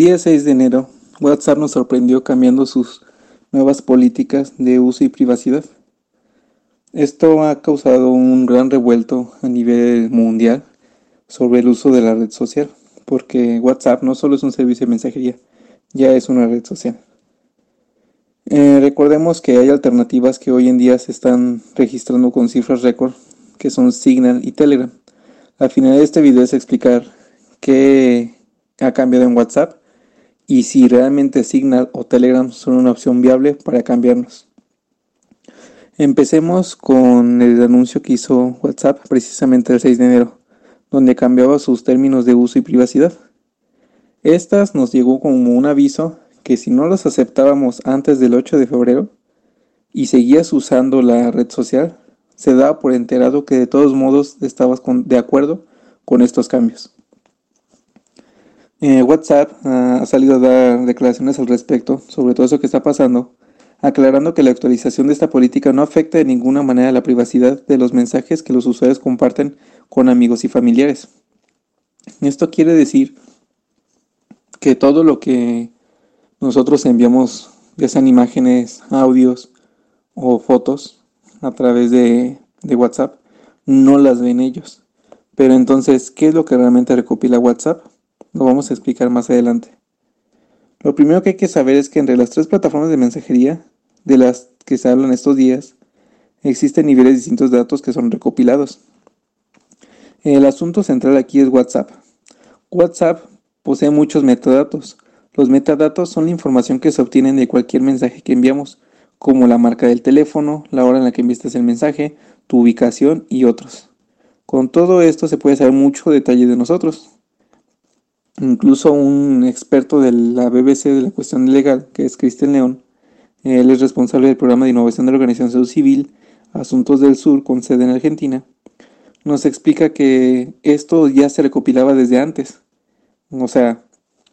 día 6 de enero, WhatsApp nos sorprendió cambiando sus nuevas políticas de uso y privacidad. Esto ha causado un gran revuelto a nivel mundial sobre el uso de la red social, porque WhatsApp no solo es un servicio de mensajería, ya es una red social. Recordemos que hay alternativas que hoy en día se están registrando con cifras récord, que son Signal y Telegram. Al final de este video es explicar qué ha cambiado en WhatsApp y si realmente Signal o Telegram son una opción viable para cambiarnos. Empecemos con el anuncio que hizo WhatsApp precisamente el 6 de enero, donde cambiaba sus términos de uso y privacidad. Estas nos llegó como un aviso que si no los aceptábamos antes del 8 de febrero y seguías usando la red social, se daba por enterado que de todos modos estabas de acuerdo con estos cambios. WhatsApp ha salido a dar declaraciones al respecto sobre todo eso que está pasando, aclarando que la actualización de esta política no afecta de ninguna manera la privacidad de los mensajes que los usuarios comparten con amigos y familiares. Esto quiere decir que todo lo que nosotros enviamos, ya sean imágenes, audios o fotos a través de WhatsApp, no las ven ellos. Pero entonces, ¿qué es lo que realmente recopila WhatsApp? Lo vamos a explicar más adelante. Lo primero que hay que saber es que entre las tres plataformas de mensajería de las que se hablan estos días, existen niveles distintos de datos que son recopilados. El asunto central aquí es WhatsApp. WhatsApp posee muchos metadatos. Los metadatos son la información que se obtienen de cualquier mensaje que enviamos, como la marca del teléfono, la hora en la que enviaste el mensaje, tu ubicación y otros. Con todo esto se puede saber mucho detalle de nosotros. Incluso un experto de la BBC de la cuestión legal, que es Cristian León, él es responsable del programa de innovación de la Organización Civil Asuntos del Sur con sede en Argentina, nos explica que esto ya se recopilaba desde antes. O sea,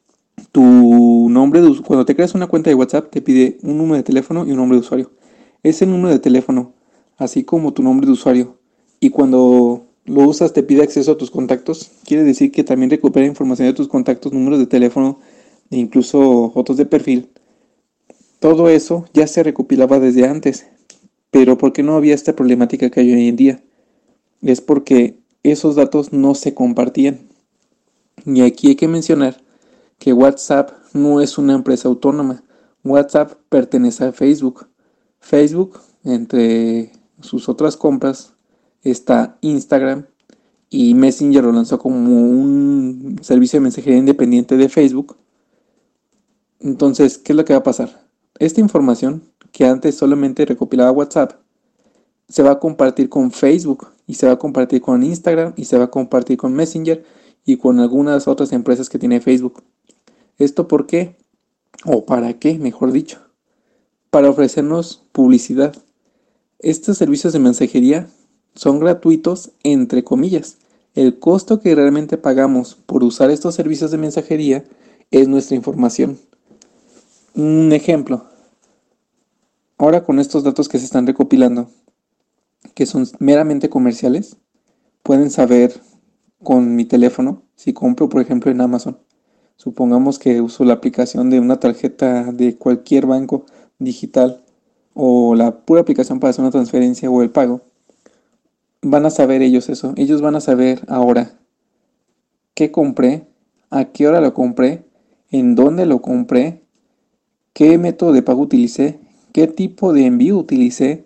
tu nombre cuando te creas una cuenta de WhatsApp te pide un número de teléfono y un nombre de usuario. Ese número de teléfono, así como tu nombre de usuario, y cuando lo usas te pide acceso a tus contactos, quiere decir que también recupera información de tus contactos, números de teléfono e incluso fotos de perfil. Todo eso ya se recopilaba desde antes, pero ¿por qué no había esta problemática que hay hoy en día? Es porque esos datos no se compartían. Y aquí hay que mencionar que WhatsApp no es una empresa autónoma. WhatsApp pertenece a Facebook. Facebook, entre sus otras compras, está Instagram y Messenger lo lanzó como un servicio de mensajería independiente de Facebook. Entonces, ¿qué es lo que va a pasar? Esta información que antes solamente recopilaba WhatsApp se va a compartir con Facebook y se va a compartir con Instagram y se va a compartir con Messenger y con algunas otras empresas que tiene Facebook. ¿Esto por qué? ¿O para qué, mejor dicho? Para ofrecernos publicidad. Estos servicios de mensajería son gratuitos, entre comillas. El costo que realmente pagamos por usar estos servicios de mensajería es nuestra información. Un ejemplo. Ahora con estos datos que se están recopilando, que son meramente comerciales, pueden saber con mi teléfono, si compro por ejemplo en Amazon, supongamos que uso la aplicación de una tarjeta de cualquier banco digital o la pura aplicación para hacer una transferencia o el pago, van a saber ellos eso, ellos van a saber ahora qué compré, a qué hora lo compré, en dónde lo compré, qué método de pago utilicé, qué tipo de envío utilicé.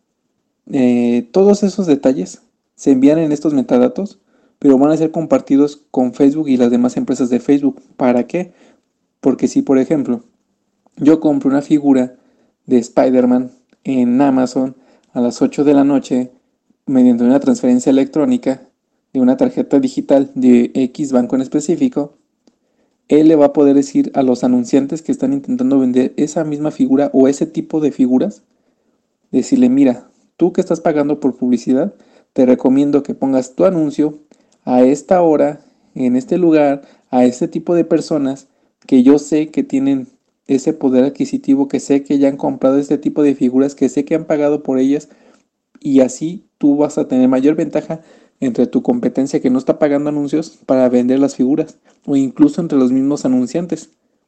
Todos esos detalles se envían en estos metadatos, pero van a ser compartidos con Facebook y las demás empresas de Facebook. ¿Para qué? Porque si, por ejemplo, yo compro una figura de Spider-Man en Amazon a las 8 de la noche mediante una transferencia electrónica de una tarjeta digital de X banco en específico, él le va a poder decir a los anunciantes que están intentando vender esa misma figura o ese tipo de figuras, decirle, mira, tú que estás pagando por publicidad, te recomiendo que pongas tu anuncio a esta hora, en este lugar, a este tipo de personas que yo sé que tienen ese poder adquisitivo, que sé que ya han comprado este tipo de figuras, que sé que han pagado por ellas, y así tú vas a tener mayor ventaja entre tu competencia que no está pagando anuncios para vender las figuras, o incluso entre los mismos anunciantes.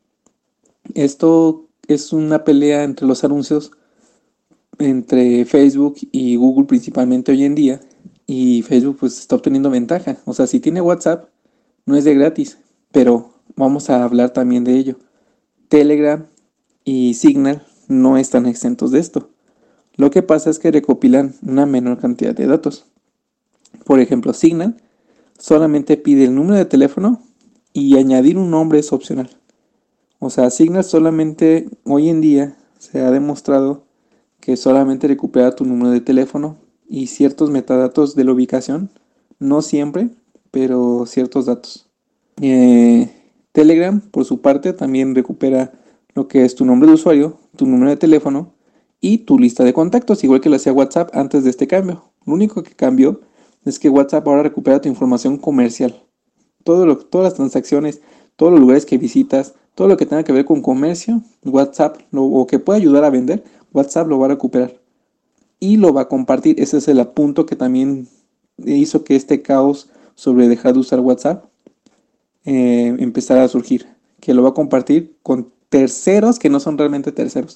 Esto es una pelea entre los anuncios, entre Facebook y Google principalmente hoy en día. Y Facebook pues está obteniendo ventaja. O sea, si tiene WhatsApp, no es de gratis, pero vamos a hablar también de ello. Telegram y Signal no están exentos de esto. Lo que pasa es que recopilan una menor cantidad de datos. Por ejemplo, Signal solamente pide el número de teléfono y añadir un nombre es opcional. O sea, Signal solamente hoy en día se ha demostrado que solamente recupera tu número de teléfono y ciertos metadatos de la ubicación, no siempre, pero ciertos datos. Telegram, por su parte, también recupera lo que es tu nombre de usuario, tu número de teléfono y tu lista de contactos, igual que lo hacía WhatsApp antes de este cambio. Lo único que cambió es que WhatsApp ahora recupera tu información comercial. Todas las transacciones, todos los lugares que visitas, todo lo que tenga que ver con comercio, WhatsApp, o que pueda ayudar a vender, WhatsApp lo va a recuperar y lo va a compartir. Ese es el punto que también hizo que este caos sobre dejar de usar WhatsApp empezara a surgir, que lo va a compartir con terceros que no son realmente terceros.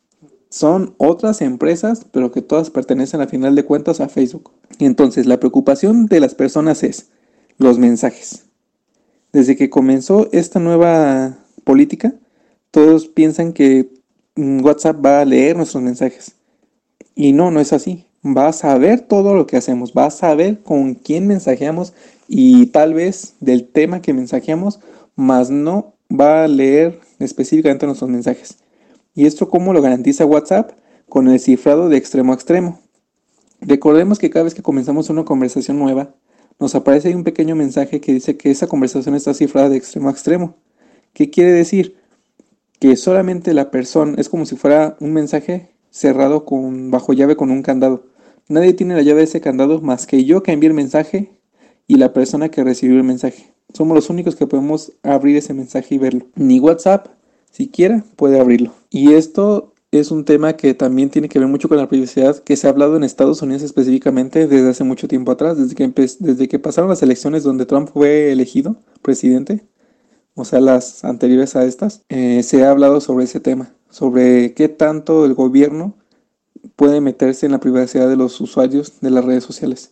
Son otras empresas, pero que todas pertenecen a final de cuentas a Facebook. Y entonces la preocupación de las personas es los mensajes. Desde que comenzó esta nueva política, todos piensan que WhatsApp va a leer nuestros mensajes. Y no es así. Va a saber todo lo que hacemos, va a saber con quién mensajeamos y tal vez del tema que mensajeamos, mas no va a leer específicamente nuestros mensajes. ¿Y esto cómo lo garantiza WhatsApp? Con el cifrado de extremo a extremo. Recordemos que cada vez que comenzamos una conversación nueva, nos aparece ahí un pequeño mensaje que dice que esa conversación está cifrada de extremo a extremo. ¿Qué quiere decir? Que solamente la persona, es como si fuera un mensaje cerrado bajo llave con un candado. Nadie tiene la llave de ese candado más que yo que envié el mensaje y la persona que recibió el mensaje. Somos los únicos que podemos abrir ese mensaje y verlo. Ni WhatsApp siquiera puede abrirlo. Y esto es un tema que también tiene que ver mucho con la privacidad, que se ha hablado en Estados Unidos específicamente desde hace mucho tiempo atrás, desde que pasaron las elecciones donde Trump fue elegido presidente, o sea, las anteriores a estas, se ha hablado sobre ese tema, sobre qué tanto el gobierno puede meterse en la privacidad de los usuarios de las redes sociales.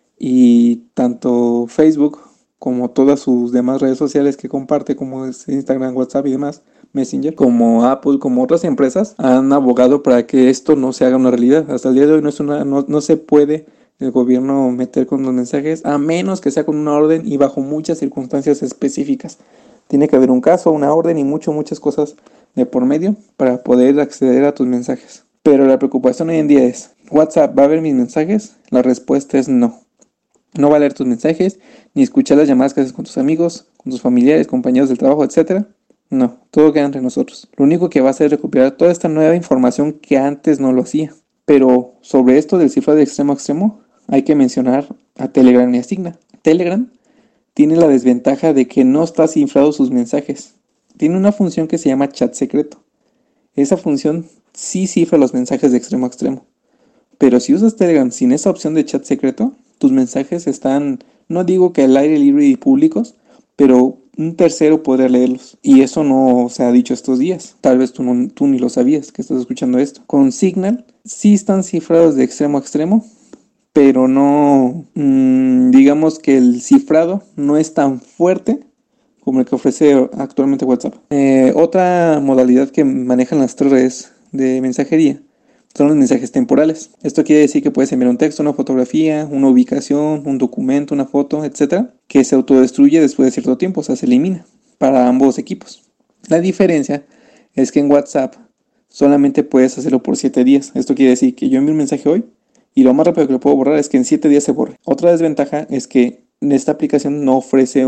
Y tanto Facebook como todas sus demás redes sociales que comparte, como es Instagram, WhatsApp y demás, Messenger, como Apple, como otras empresas, han abogado para que esto no se haga una realidad. Hasta el día de hoy no se puede el gobierno meter con los mensajes, a menos que sea con una orden y bajo muchas circunstancias específicas. Tiene que haber un caso, una orden y muchas cosas de por medio para poder acceder a tus mensajes. Pero la preocupación hoy en día es, ¿WhatsApp va a ver mis mensajes? La respuesta es no. No va a leer tus mensajes, ni escuchar las llamadas que haces con tus amigos, con tus familiares, compañeros del trabajo, etc. No, todo queda entre nosotros. Lo único que va a hacer es recuperar toda esta nueva información que antes no lo hacía. Pero sobre esto del cifrado de extremo a extremo, hay que mencionar a Telegram y a Signal. Telegram tiene la desventaja de que no está cifrado sus mensajes. Tiene una función que se llama chat secreto. Esa función sí cifra los mensajes de extremo a extremo. Pero si usas Telegram sin esa opción de chat secreto, tus mensajes están, no digo que al aire libre y públicos, pero un tercero podría leerlos. Y eso no se ha dicho estos días. Tal vez tú ni lo sabías que estás escuchando esto. Con Signal sí están cifrados de extremo a extremo, pero no, digamos que el cifrado no es tan fuerte como el que ofrece actualmente WhatsApp. Otra modalidad que manejan las tres redes de mensajería son los mensajes temporales. Esto quiere decir que puedes enviar un texto, una fotografía, una ubicación, un documento, una foto, etc., que se autodestruye después de cierto tiempo, o sea, se elimina para ambos equipos. La diferencia es que en WhatsApp solamente puedes hacerlo por 7 días. Esto quiere decir que yo envío un mensaje hoy y lo más rápido que lo puedo borrar es que en 7 días se borre. Otra desventaja es que esta aplicación no ofrece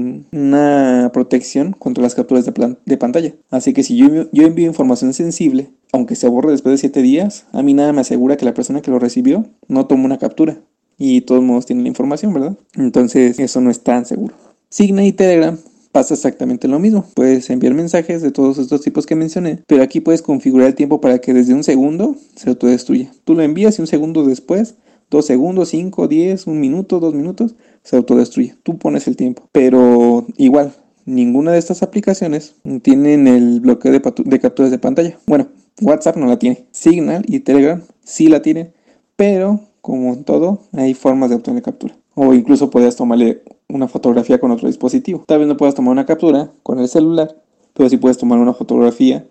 una protección contra las capturas de pantalla. Así que si yo envío información sensible, aunque se borre después de 7 días, a mí nada me asegura que la persona que lo recibió no tomó una captura. Y de todos modos tiene la información, ¿verdad? Entonces eso no es tan seguro. Signal y Telegram pasa exactamente lo mismo. Puedes enviar mensajes de todos estos tipos que mencioné, pero aquí puedes configurar el tiempo para que desde un segundo se autodestruya. Tú lo envías y un segundo después, 2 segundos, 5, 10, 1 minuto, 2 minutos, se autodestruye. Tú pones el tiempo. Pero igual, ninguna de estas aplicaciones tienen el bloqueo de capturas de pantalla. Bueno, WhatsApp no la tiene. Signal y Telegram sí la tienen, pero como en todo, hay formas de obtener captura. O incluso puedes tomarle una fotografía con otro dispositivo. Tal vez no puedas tomar una captura con el celular, pero sí puedes tomar una fotografía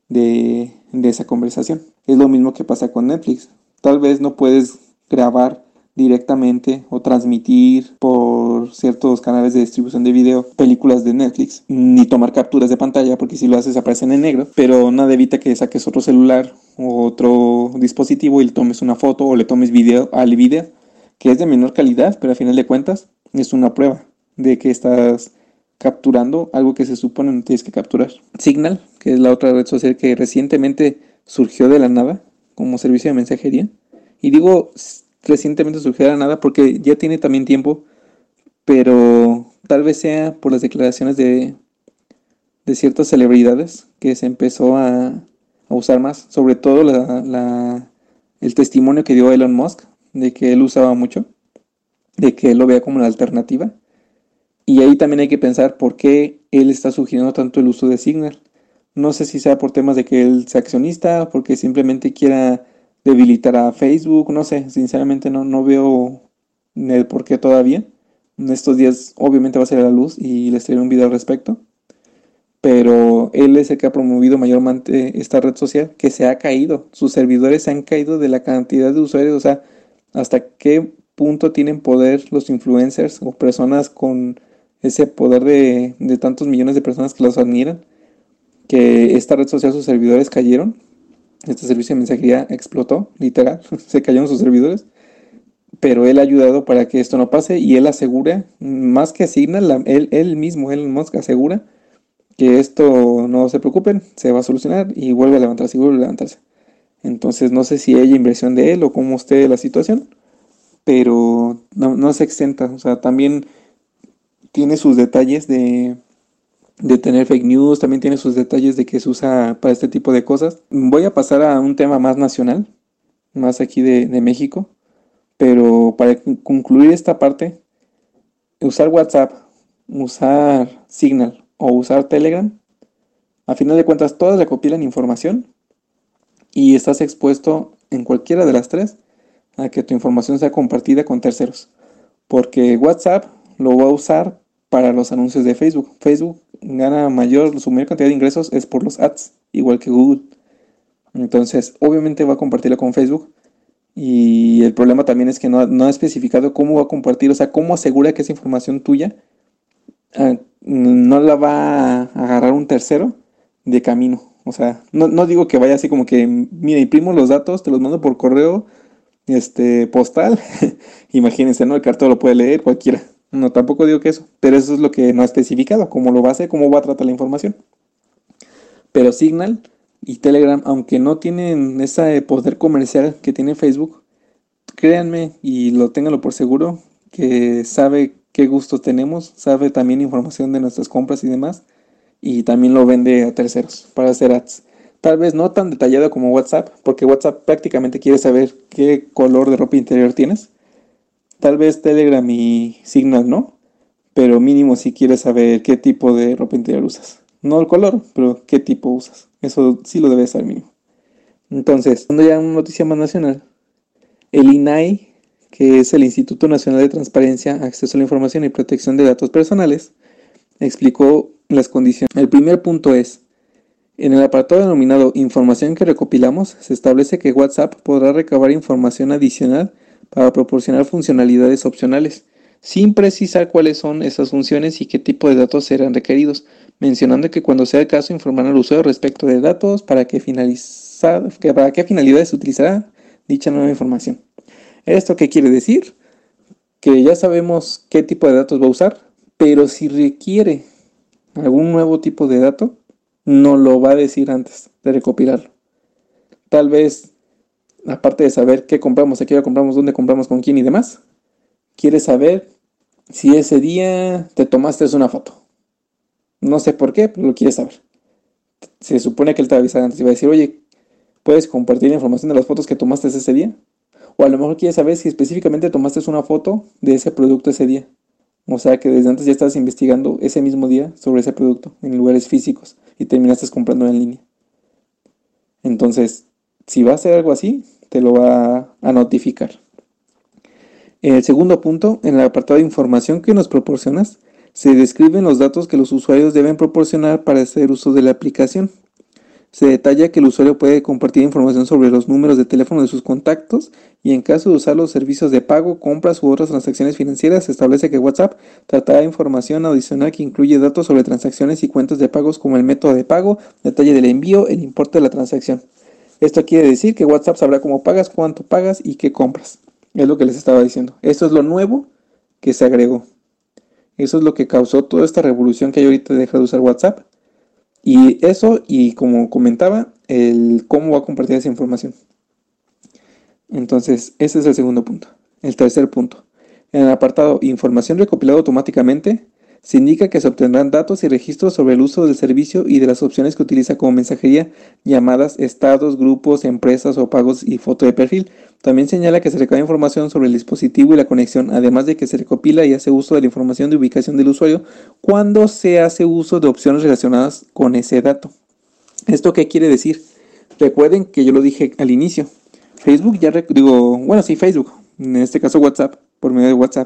de esa conversación. Es lo mismo que pasa con Netflix. Tal vez no puedes grabar directamente o transmitir por ciertos canales de distribución de video películas de Netflix, ni tomar capturas de pantalla, porque si lo haces aparecen en negro, pero nada evita que saques otro celular o otro dispositivo y le tomes una foto o le tomes video al video, que es de menor calidad, pero a final de cuentas es una prueba de que estás capturando algo que se supone no tienes que capturar. Signal, que es la otra red social que recientemente surgió de la nada como servicio de mensajería, y digo recientemente surgió de la nada porque ya tiene también tiempo, pero tal vez sea por las declaraciones de ciertas celebridades que se empezó a usar más, sobre todo el testimonio que dio Elon Musk de que él usaba mucho, de que él lo veía como la alternativa. Y ahí también hay que pensar por qué él está sugiriendo tanto el uso de Signal. No sé si sea por temas de que él sea accionista, porque simplemente quiera debilitar a Facebook, no sé, sinceramente no veo el por qué todavía. En estos días obviamente va a salir a la luz y les traeré un video al respecto. Pero él es el que ha promovido mayormente esta red social, que se ha caído. Sus servidores se han caído de la cantidad de usuarios. O sea, hasta qué punto tienen poder los influencers o personas con ese poder de tantos millones de personas que los admiran, que esta red social, sus servidores cayeron. Este servicio de mensajería explotó, literal, se cayeron sus servidores. Pero él ha ayudado para que esto no pase y él asegura, más que asigna, él mismo, Elon Musk asegura que esto no se preocupen, se va a solucionar y vuelve a levantarse y vuelve a levantarse. Entonces no sé si haya inversión de él o cómo esté la situación, pero no se exenta. O sea, también tiene sus detalles de tener fake news, también tiene sus detalles de que se usa para este tipo de cosas. Voy a pasar a un tema más nacional, más aquí de México, pero para concluir esta parte, usar WhatsApp, usar Signal o usar Telegram, a final de cuentas todas recopilan información y estás expuesto en cualquiera de las tres a que tu información sea compartida con terceros. Porque WhatsApp lo va a usar para los anuncios de Facebook. Facebook gana su mayor cantidad de ingresos es por los ads, igual que Google. Entonces, obviamente va a compartirlo con Facebook. Y el problema también es que no ha especificado cómo va a compartir, o sea, cómo asegura que esa información tuya no la va a agarrar un tercero de camino. O sea, no digo que vaya así como que, mira, imprimo los datos, te los mando por correo postal. Imagínense, ¿no? El cartón lo puede leer cualquiera. No, tampoco digo que eso, pero eso es lo que no ha especificado, cómo lo va a hacer, cómo va a tratar la información. Pero Signal y Telegram, aunque no tienen ese poder comercial que tiene Facebook, créanme y ténganlo por seguro, que sabe qué gustos tenemos, sabe también información de nuestras compras y demás, y también lo vende a terceros para hacer ads. Tal vez no tan detallado como WhatsApp, porque WhatsApp prácticamente quiere saber qué color de ropa interior tienes. Tal vez Telegram y Signal no, pero mínimo si quieres saber qué tipo de ropa interior usas. No el color, pero qué tipo usas. Eso sí lo debe saber mínimo. Entonces, cuando ya una noticia más nacional, el INAI, que es el Instituto Nacional de Transparencia, Acceso a la Información y Protección de Datos Personales, explicó las condiciones. El primer punto es, en el apartado denominado Información que recopilamos, se establece que WhatsApp podrá recabar información adicional para proporcionar funcionalidades opcionales, sin precisar cuáles son esas funciones y qué tipo de datos serán requeridos, mencionando que cuando sea el caso informará al usuario respecto de datos, para qué finalidades se utilizará dicha nueva información. ¿Esto qué quiere decir? Que ya sabemos qué tipo de datos va a usar, pero si requiere algún nuevo tipo de dato, no lo va a decir antes de recopilarlo. Tal vez, aparte de saber qué compramos, a qué hora compramos, dónde compramos, con quién y demás, quiere saber si ese día te tomaste una foto. No sé por qué, pero lo quiere saber. Se supone que él te va a avisar antes y va a decir, oye, ¿puedes compartir la información de las fotos que tomaste ese día? O a lo mejor quiere saber si específicamente tomaste una foto de ese producto ese día. O sea que desde antes ya estabas investigando ese mismo día sobre ese producto en lugares físicos y terminaste comprando en línea. Entonces, si va a hacer algo así, te lo va a notificar. El segundo punto, en el apartado de información que nos proporcionas, se describen los datos que los usuarios deben proporcionar para hacer uso de la aplicación. Se detalla que el usuario puede compartir información sobre los números de teléfono de sus contactos y en caso de usar los servicios de pago, compras u otras transacciones financieras, se establece que WhatsApp tratará información adicional que incluye datos sobre transacciones y cuentas de pagos como el método de pago, detalle del envío, el importe de la transacción. Esto quiere decir que WhatsApp sabrá cómo pagas, cuánto pagas y qué compras. Es lo que les estaba diciendo. Esto es lo nuevo que se agregó. Eso es lo que causó toda esta revolución que hay ahorita de dejar de usar WhatsApp. Y eso, y como comentaba, el cómo va a compartir esa información. Entonces, ese es el segundo punto. El tercer punto. En el apartado Información recopilada automáticamente, se indica que se obtendrán datos y registros sobre el uso del servicio y de las opciones que utiliza como mensajería, llamadas, estados, grupos, empresas o pagos y foto de perfil. También señala que se recabe información sobre el dispositivo y la conexión, además de que se recopila y hace uso de la información de ubicación del usuario cuando se hace uso de opciones relacionadas con ese dato. ¿Esto qué quiere decir? Recuerden que yo lo dije al inicio. Facebook Facebook, en este caso WhatsApp, por medio de WhatsApp,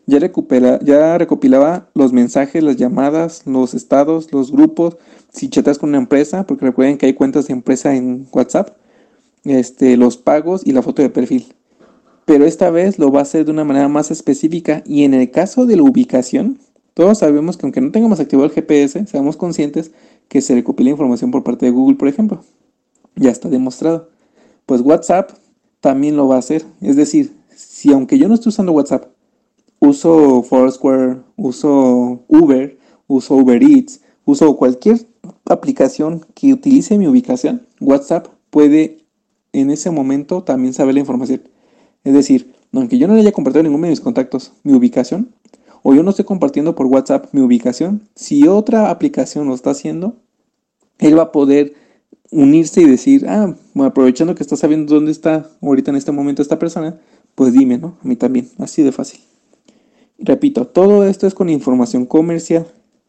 ya recopilaba los mensajes, las llamadas, los estados, los grupos, si chateas con una empresa, porque recuerden que hay cuentas de empresa en WhatsApp, los pagos y la foto de perfil. Pero esta vez lo va a hacer de una manera más específica y en el caso de la ubicación, todos sabemos que aunque no tengamos activado el GPS, seamos conscientes que se recopila información por parte de Google, por ejemplo. Ya está demostrado. Pues WhatsApp también lo va a hacer. Es decir, si aunque yo no esté usando WhatsApp, uso Foursquare, uso Uber, uso Uber Eats, uso cualquier aplicación que utilice mi ubicación, WhatsApp puede en ese momento también saber la información. Es decir, aunque yo no le haya compartido a ninguno de mis contactos mi ubicación, o yo no estoy compartiendo por WhatsApp mi ubicación, si otra aplicación lo está haciendo, él va a poder unirse y decir, bueno, aprovechando que estás sabiendo dónde está ahorita en este momento esta persona, pues dime, ¿no? A mí también, así de fácil. Repito, todo esto es con información comercial.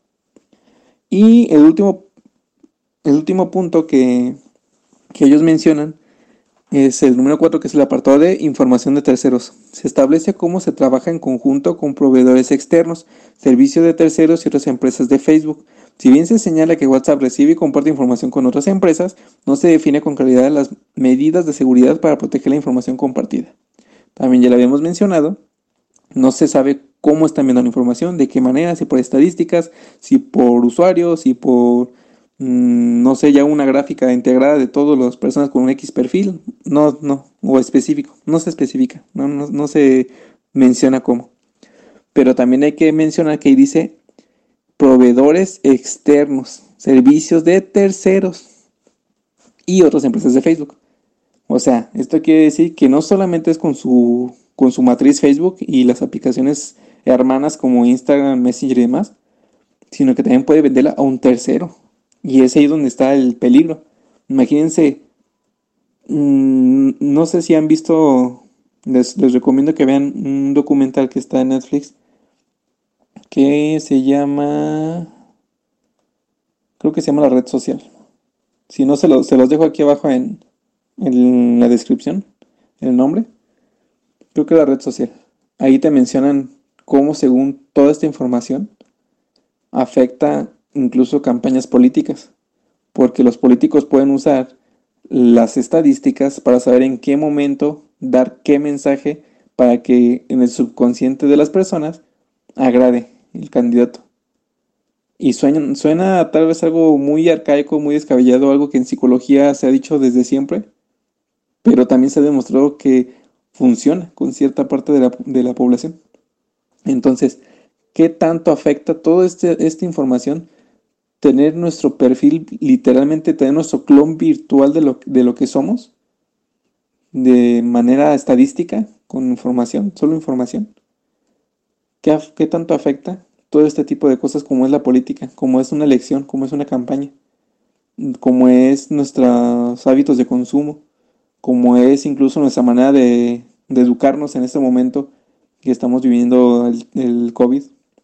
Y el último punto que ellos mencionan es el número 4, que es el apartado de información de terceros. Se establece cómo se trabaja en conjunto con proveedores externos, servicios de terceros y otras empresas de Facebook. Si bien se señala que WhatsApp recibe y comparte información con otras empresas, no se define con claridad las medidas de seguridad para proteger la información compartida. También ya lo habíamos mencionado, no se sabe cómo están viendo la información, de qué manera, si por estadísticas, si por usuarios, si por no sé, ya una gráfica integrada de todas las personas con un X perfil, o específico, no se especifica, no se menciona cómo. Pero también hay que mencionar que ahí dice proveedores externos, servicios de terceros y otras empresas de Facebook. O sea, esto quiere decir que no solamente es con su matriz Facebook y las aplicaciones hermanas como Instagram, Messenger y demás, sino que también puede venderla a un tercero. Y es ahí donde está el peligro. Imagínense, no sé si han visto, les recomiendo que vean un documental que está en Netflix, que se llama, creo que se llama La Red Social. Si no, se los dejo aquí abajo en la descripción, el nombre. Creo que La Red Social. Ahí te mencionan cómo según toda esta información afecta incluso campañas políticas, porque los políticos pueden usar las estadísticas para saber en qué momento dar qué mensaje para que en el subconsciente de las personas agrade el candidato. Y suena tal vez algo muy arcaico, muy descabellado, algo que en psicología se ha dicho desde siempre, pero también se ha demostrado que funciona con cierta parte de la población. Entonces, ¿qué tanto afecta toda esta información? Tener nuestro perfil, literalmente tener nuestro clon virtual de lo que somos, de manera estadística, con información, solo información. ¿Qué tanto afecta todo este tipo de cosas como es la política, como es una elección, como es una campaña, como es nuestros hábitos de consumo, como es incluso nuestra manera de educarnos en este momento que estamos viviendo el COVID?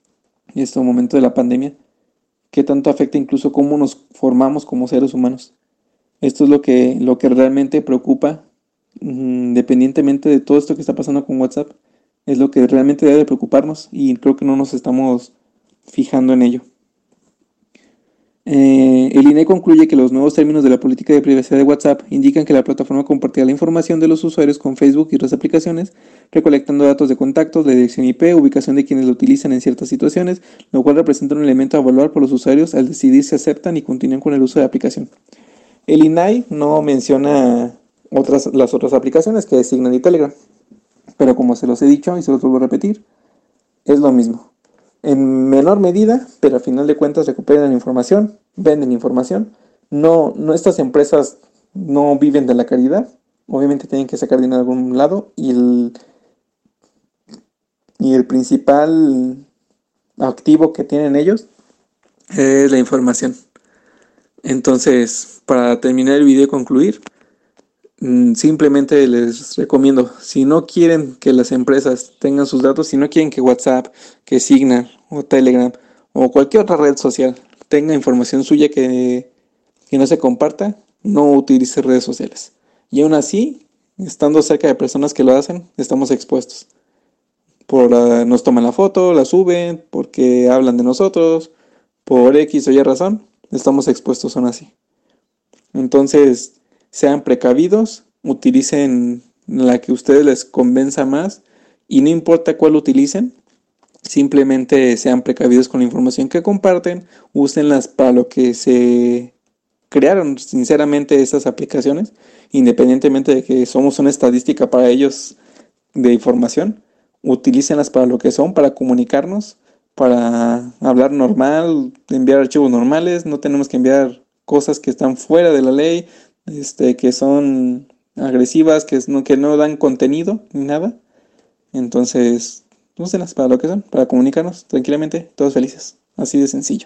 este momento de la pandemia, qué tanto afecta incluso cómo nos formamos como seres humanos. Esto es lo que realmente preocupa, independientemente de todo esto que está pasando con WhatsApp, es lo que realmente debe de preocuparnos y creo que no nos estamos fijando en ello. El INE concluye que los nuevos términos de la política de privacidad de WhatsApp indican que la plataforma compartirá la información de los usuarios con Facebook y otras aplicaciones, recolectando datos de contactos, de dirección IP, ubicación de quienes lo utilizan en ciertas situaciones, lo cual representa un elemento a evaluar por los usuarios al decidir si aceptan y continúan con el uso de la aplicación. El INAI no menciona las otras aplicaciones que es Signal y Telegram, pero como se los he dicho y se los vuelvo a repetir, es lo mismo. En menor medida, pero al final de cuentas recuperan información, venden información. No, estas empresas no viven de la caridad. Obviamente tienen que sacar dinero de algún lado y el principal activo que tienen ellos es la información. Entonces, para terminar el video y concluir, simplemente les recomiendo, si no quieren que las empresas tengan sus datos, si no quieren que WhatsApp, que Signal o Telegram o cualquier otra red social tenga información suya que no se comparta, no utilice redes sociales. Y aún así, estando cerca de personas que lo hacen, estamos expuestos. Nos toman la foto, la suben, porque hablan de nosotros, por X o Y razón, estamos expuestos aún así. Entonces, sean precavidos, utilicen la que a ustedes les convenza más y no importa cuál utilicen, simplemente sean precavidos con la información que comparten, úsenlas para lo que se crearon sinceramente estas aplicaciones, independientemente de que somos una estadística para ellos de información, utilícenlas para lo que son, para comunicarnos, para hablar normal, enviar archivos normales, no tenemos que enviar cosas que están fuera de la ley, que son agresivas, que no dan contenido ni nada. Entonces, úsenlas para lo que son, para comunicarnos tranquilamente, todos felices. Así de sencillo.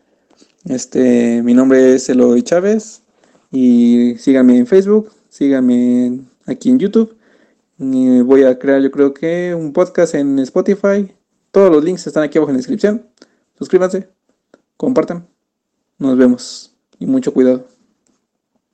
Mi nombre es Eloy Chávez y síganme en Facebook, síganme aquí en YouTube. Y voy a crear, yo creo que un podcast en Spotify. Todos los links están aquí abajo en la descripción. Suscríbanse, compartan. Nos vemos y mucho cuidado.